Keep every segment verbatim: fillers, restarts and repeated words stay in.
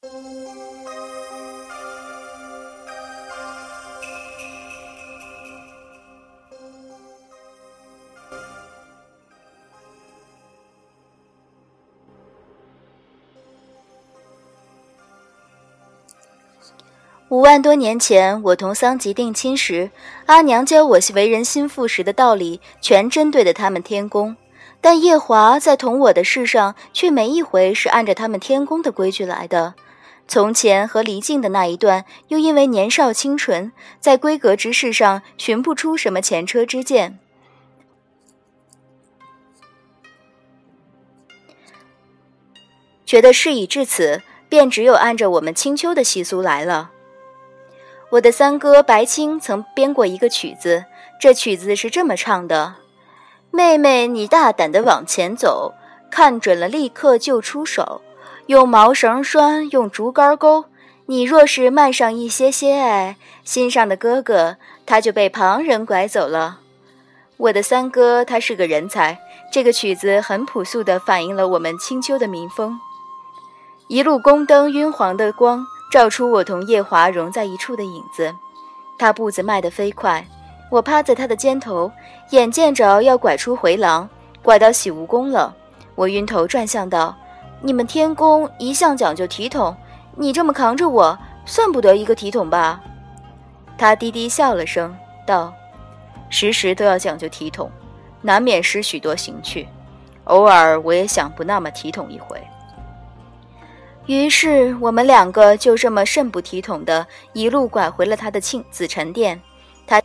五万多年前，我同桑吉定亲时，阿娘教我为人心腹时的道理，全针对的他们天宫。但夜华在同我的事上，却没一回是按着他们天宫的规矩来的。从前和离境的那一段，又因为年少清纯，在规格之事上寻不出什么前车之鉴，觉得事已至此，便只有按着我们青丘的习俗来了。我的三哥白青曾编过一个曲子，这曲子是这么唱的：妹妹你大胆地往前走，看准了立刻就出手，用毛绳拴，用竹竿勾，你若是慢上一些些，哎，心上的哥哥他就被旁人拐走了。我的三哥他是个人才，这个曲子很朴素地反映了我们青丘的民风。一路宫灯晕黄的光照出我同夜华融在一处的影子，他步子迈得飞快，我趴在他的肩头，眼见着要拐出回廊，拐到洗梧宫了。我晕头转向道：你们天宫一向讲究体统，你这么扛着我，算不得一个体统吧？他低低笑了声道：时时都要讲究体统，难免失许多情趣，偶尔我也想不那么体统一回。于是我们两个就这么甚不体统的一路拐回了他的庆紫宸殿。他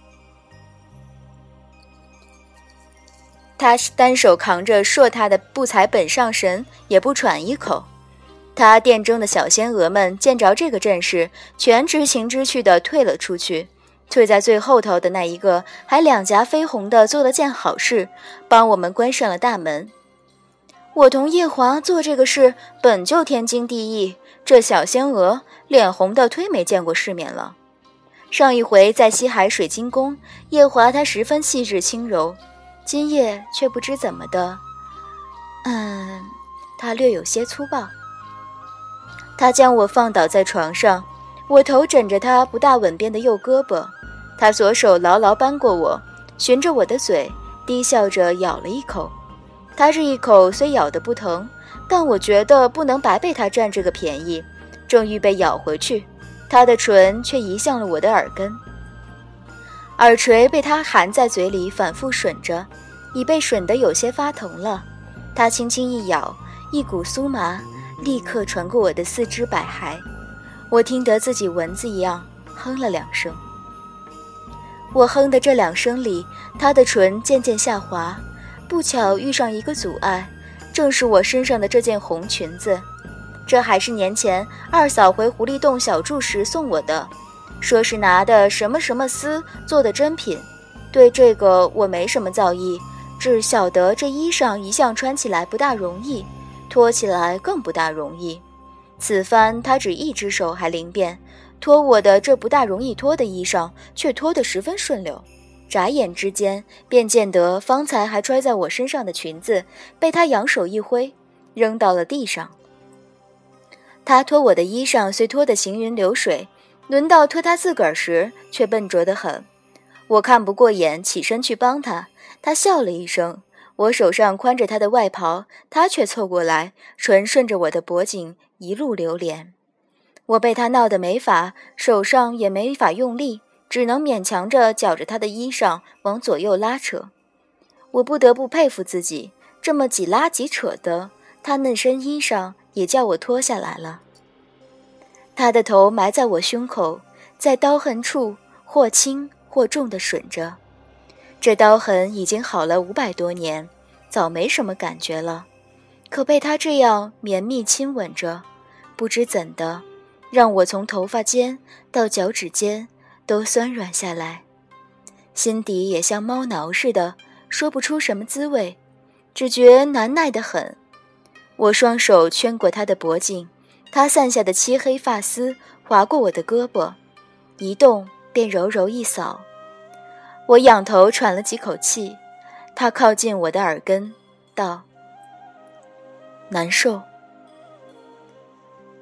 他单手扛着硕大的不才本上神，也不喘一口。他殿中的小仙娥们见着这个阵势，全知情知趣地退了出去。退在最后头的那一个还两颊绯红地做了件好事，帮我们关上了大门。我同夜华做这个事本就天经地义，这小仙娥脸红的忒没见过世面了。上一回在西海水晶宫，夜华她十分细致轻柔，今夜却不知怎么的，嗯，她略有些粗暴。她将我放倒在床上，我头枕着她不大稳便的右胳膊，她左手牢牢扳过我，循着我的嘴低笑着咬了一口。他这一口虽咬得不疼，但我觉得不能白被他占这个便宜，正预备咬回去，他的唇却移向了我的耳根，耳垂被他含在嘴里反复吮着，已被吮得有些发疼了。他轻轻一咬，一股酥麻立刻传过我的四肢百骸，我听得自己蚊子一样哼了两声。我哼的这两声里，他的唇渐渐下滑，不巧遇上一个阻碍，正是我身上的这件红裙子。这还是年前二嫂回狐狸洞小住时送我的，说是拿的什么什么丝做的珍品。对这个我没什么造诣，只晓得这衣裳一向穿起来不大容易，脱起来更不大容易。此番他只一只手还灵便，脱我的这不大容易脱的衣裳却脱得十分顺溜。眨眼之间便见得方才还揣在我身上的裙子被他扬手一挥，扔到了地上。他脱我的衣裳虽脱得行云流水，轮到脱他自个儿时却笨拙得很。我看不过眼，起身去帮他，他笑了一声，我手上宽着他的外袍，他却凑过来，唇顺着我的脖颈一路流连。我被他闹得没法，手上也没法用力，只能勉强着绞着他的衣裳往左右拉扯。我不得不佩服自己，这么几拉几扯的，他嫩身衣裳也叫我脱下来了。他的头埋在我胸口，在刀痕处或轻或重地吮着。这刀痕已经好了五百多年，早没什么感觉了，可被他这样绵密亲吻着，不知怎的，让我从头发尖到脚趾尖都酸软下来，心底也像猫挠似的，说不出什么滋味，只觉难耐得很。我双手圈过他的脖颈，他散下的漆黑发丝划过我的胳膊，一动便柔柔一扫。我仰头喘了几口气，他靠近我的耳根道：难受。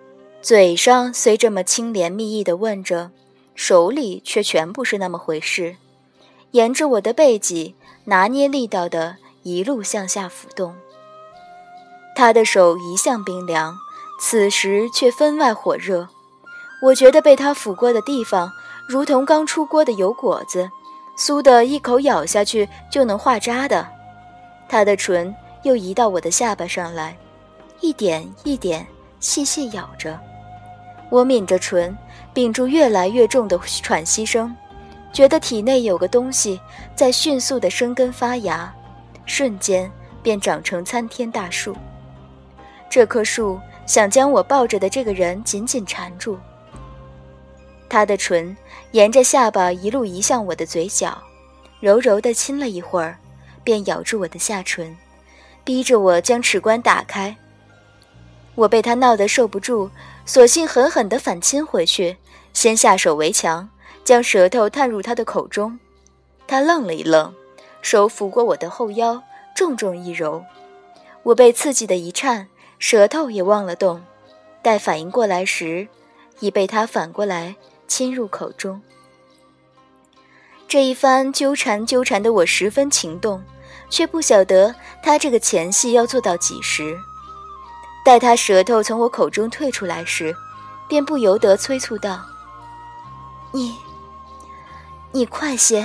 嘴上虽这么清廉蜜意地问着，手里却全不是那么回事，沿着我的背脊拿捏力道的一路向下浮动。他的手一向冰凉，此时却分外火热。我觉得被他抚过的地方如同刚出锅的油果子，酥的一口咬下去就能化渣的。他的唇又移到我的下巴上来，一点一点细细咬着。我抿着唇，屏住越来越重的喘息声，觉得体内有个东西在迅速地生根发芽，瞬间便长成参天大树。这棵树想将我抱着的这个人紧紧缠住。他的唇沿着下巴一路移向我的嘴角，柔柔地亲了一会儿，便咬住我的下唇，逼着我将齿关打开。我被他闹得受不住，索性狠狠地反亲回去，先下手为强，将舌头探入他的口中。他愣了一愣，手抚过我的后腰，重重一揉。我被刺激的一颤，舌头也忘了动，待反应过来时，已被他反过来亲入口中。这一番纠缠纠缠的我十分情动，却不晓得他这个前戏要做到几时。待他舌头从我口中退出来时，便不由得催促道：你你快些。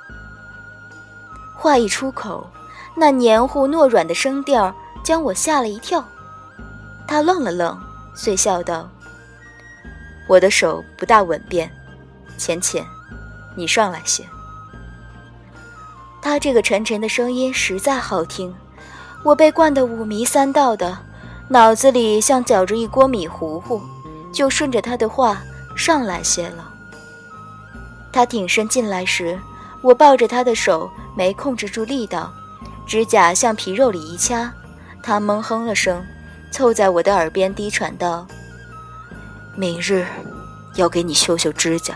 话一出口，那黏糊糯软的声调将我吓了一跳。他愣了愣，遂笑道：我的手不大稳便，浅浅，你上来些。他这个沉沉的声音实在好听，我被灌得五迷三道的，脑子里像搅着一锅米糊糊，就顺着他的话上来些了。他挺身进来时，我抱着他的手没控制住力道，指甲向皮肉里一掐，他闷哼了声，凑在我的耳边低喘道：明日要给你修修指甲。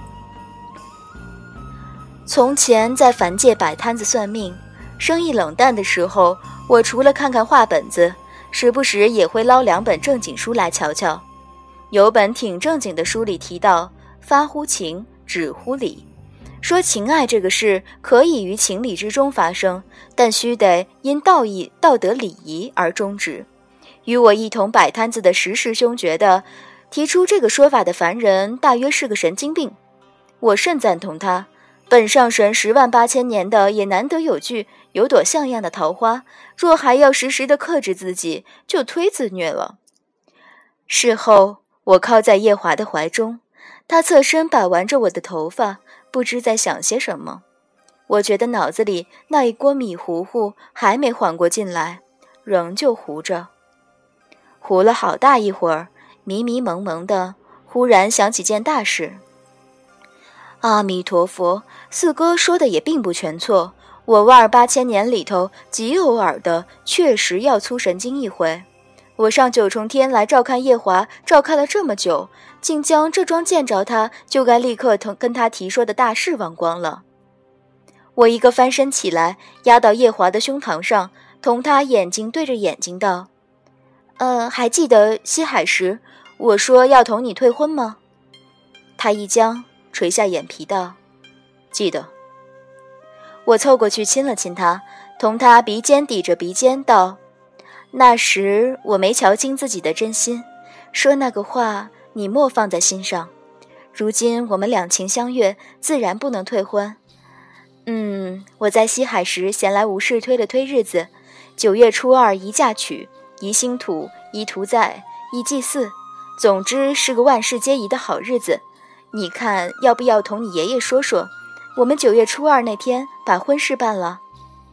从前在凡界摆摊子算命，生意冷淡的时候，我除了看看画本子，时不时也会捞两本正经书来瞧瞧。有本挺正经的书里提到，发乎情，止乎礼，说情爱这个事可以于情理之中发生，但须得因道义、道德礼仪而终止。与我一同摆摊子的石师兄觉得，提出这个说法的凡人大约是个神经病。我甚赞同他，本上神十万八千年的也难得有句有朵像样的桃花，若还要时时地克制自己，就忒自虐了。事后我靠在夜华的怀中，他侧身把玩着我的头发，不知在想些什么。我觉得脑子里那一锅米糊糊还没缓过劲来，仍旧糊着。糊了好大一会儿，迷迷蒙蒙的，忽然想起件大事。阿弥陀佛，四哥说的也并不全错，我万儿八千年里头极偶尔的确实要粗神经一回。我上九重天来照看夜华，照看了这么久，竟将这桩见着他就该立刻跟他提说的大事忘光了。我一个翻身起来，压到夜华的胸膛上，同他眼睛对着眼睛道：呃，还记得西海时我说要同你退婚吗？他一僵，垂下眼皮道：记得。我凑过去亲了亲他，同他鼻尖抵着鼻尖道：那时我没瞧清自己的真心，说那个话你莫放在心上。如今我们两情相悦，自然不能退婚。嗯，我在西海时闲来无事推了推日子，九月初二一嫁娶，一兴土，一屠宰，一祭祀，总之是个万事皆宜的好日子。你看要不要同你爷爷说说，我们九月初二那天把婚事办了？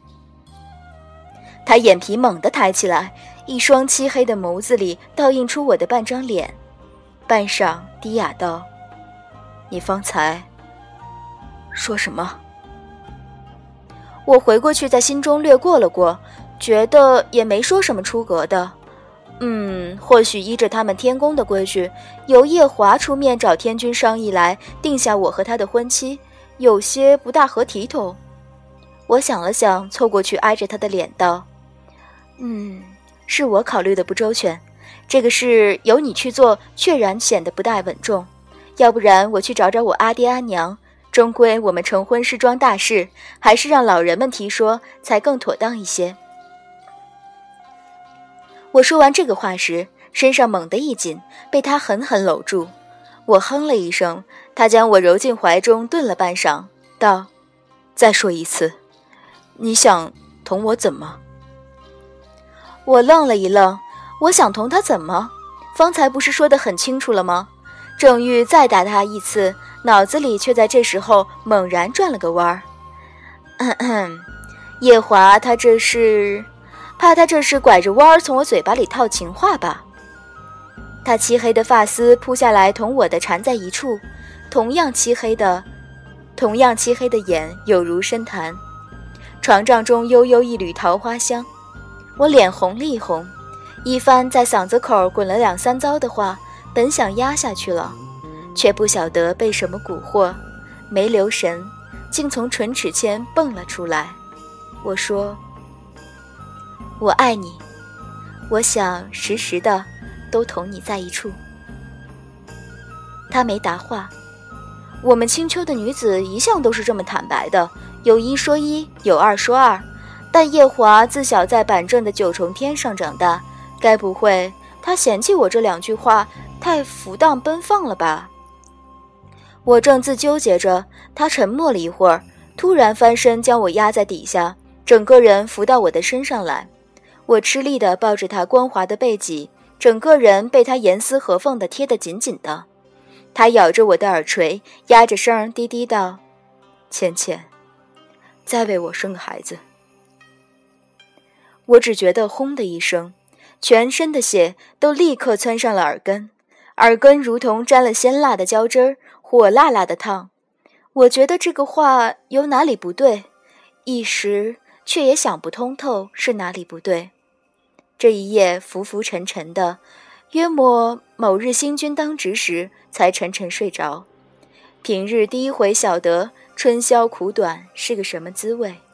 他眼皮猛地抬起来，一双漆黑的眸子里倒映出我的半张脸，半晌低哑道：你方才说什么？我回过去在心中略过了过，觉得也没说什么出格的。嗯，或许依着他们天宫的规矩，由夜华出面找天君商议来定下我和他的婚期，有些不大合体统。我想了想，凑过去挨着他的脸道：嗯，是我考虑的不周全， 这个事由你去做，确然显得不大稳重。要不然我去找找我阿爹阿娘，终归我们成婚是桩大事，还是让老人们提说才更妥当一些。我说完这个话时，身上猛地一紧，被他狠狠搂住。我哼了一声，他将我揉进怀中，顿了半晌，道：再说一次，你想同我怎么？我愣了一愣，我想同他怎么？方才不是说得很清楚了吗？正欲再打他一次，脑子里却在这时候猛然转了个弯儿。咳咳，夜华他这是怕他这是拐着弯儿从我嘴巴里套情话吧。他漆黑的发丝扑下来，同我的缠在一处，同样漆黑的同样漆黑的眼有如深潭。床帐中悠悠一缕桃花香，我脸红了一红，一番在嗓子口滚了两三遭的话，本想压下去了，却不晓得被什么蛊惑，没留神，竟从唇齿间蹦了出来。我说：我爱你，我想时时的都同你在一处。他没答话。我们青丘的女子一向都是这么坦白的，有一说一，有二说二。但夜华自小在板正的九重天上长大，该不会他嫌弃我这两句话太浮荡奔放了吧？我正自纠结着，他沉默了一会儿，突然翻身将我压在底下，整个人浮到我的身上来。我吃力地抱着他光滑的背脊，整个人被他严丝合缝地贴得紧紧的。他咬着我的耳垂，压着声低低道：倩倩，再为我生个孩子。我只觉得轰的一声，全身的血都立刻窜上了耳根，耳根如同沾了鲜辣的椒汁儿，火辣辣的烫。我觉得这个话有哪里不对，一时却也想不通透是哪里不对。这一夜浮浮沉沉的，约莫某日星君当值时才沉沉睡着。平日第一回晓得春宵苦短是个什么滋味。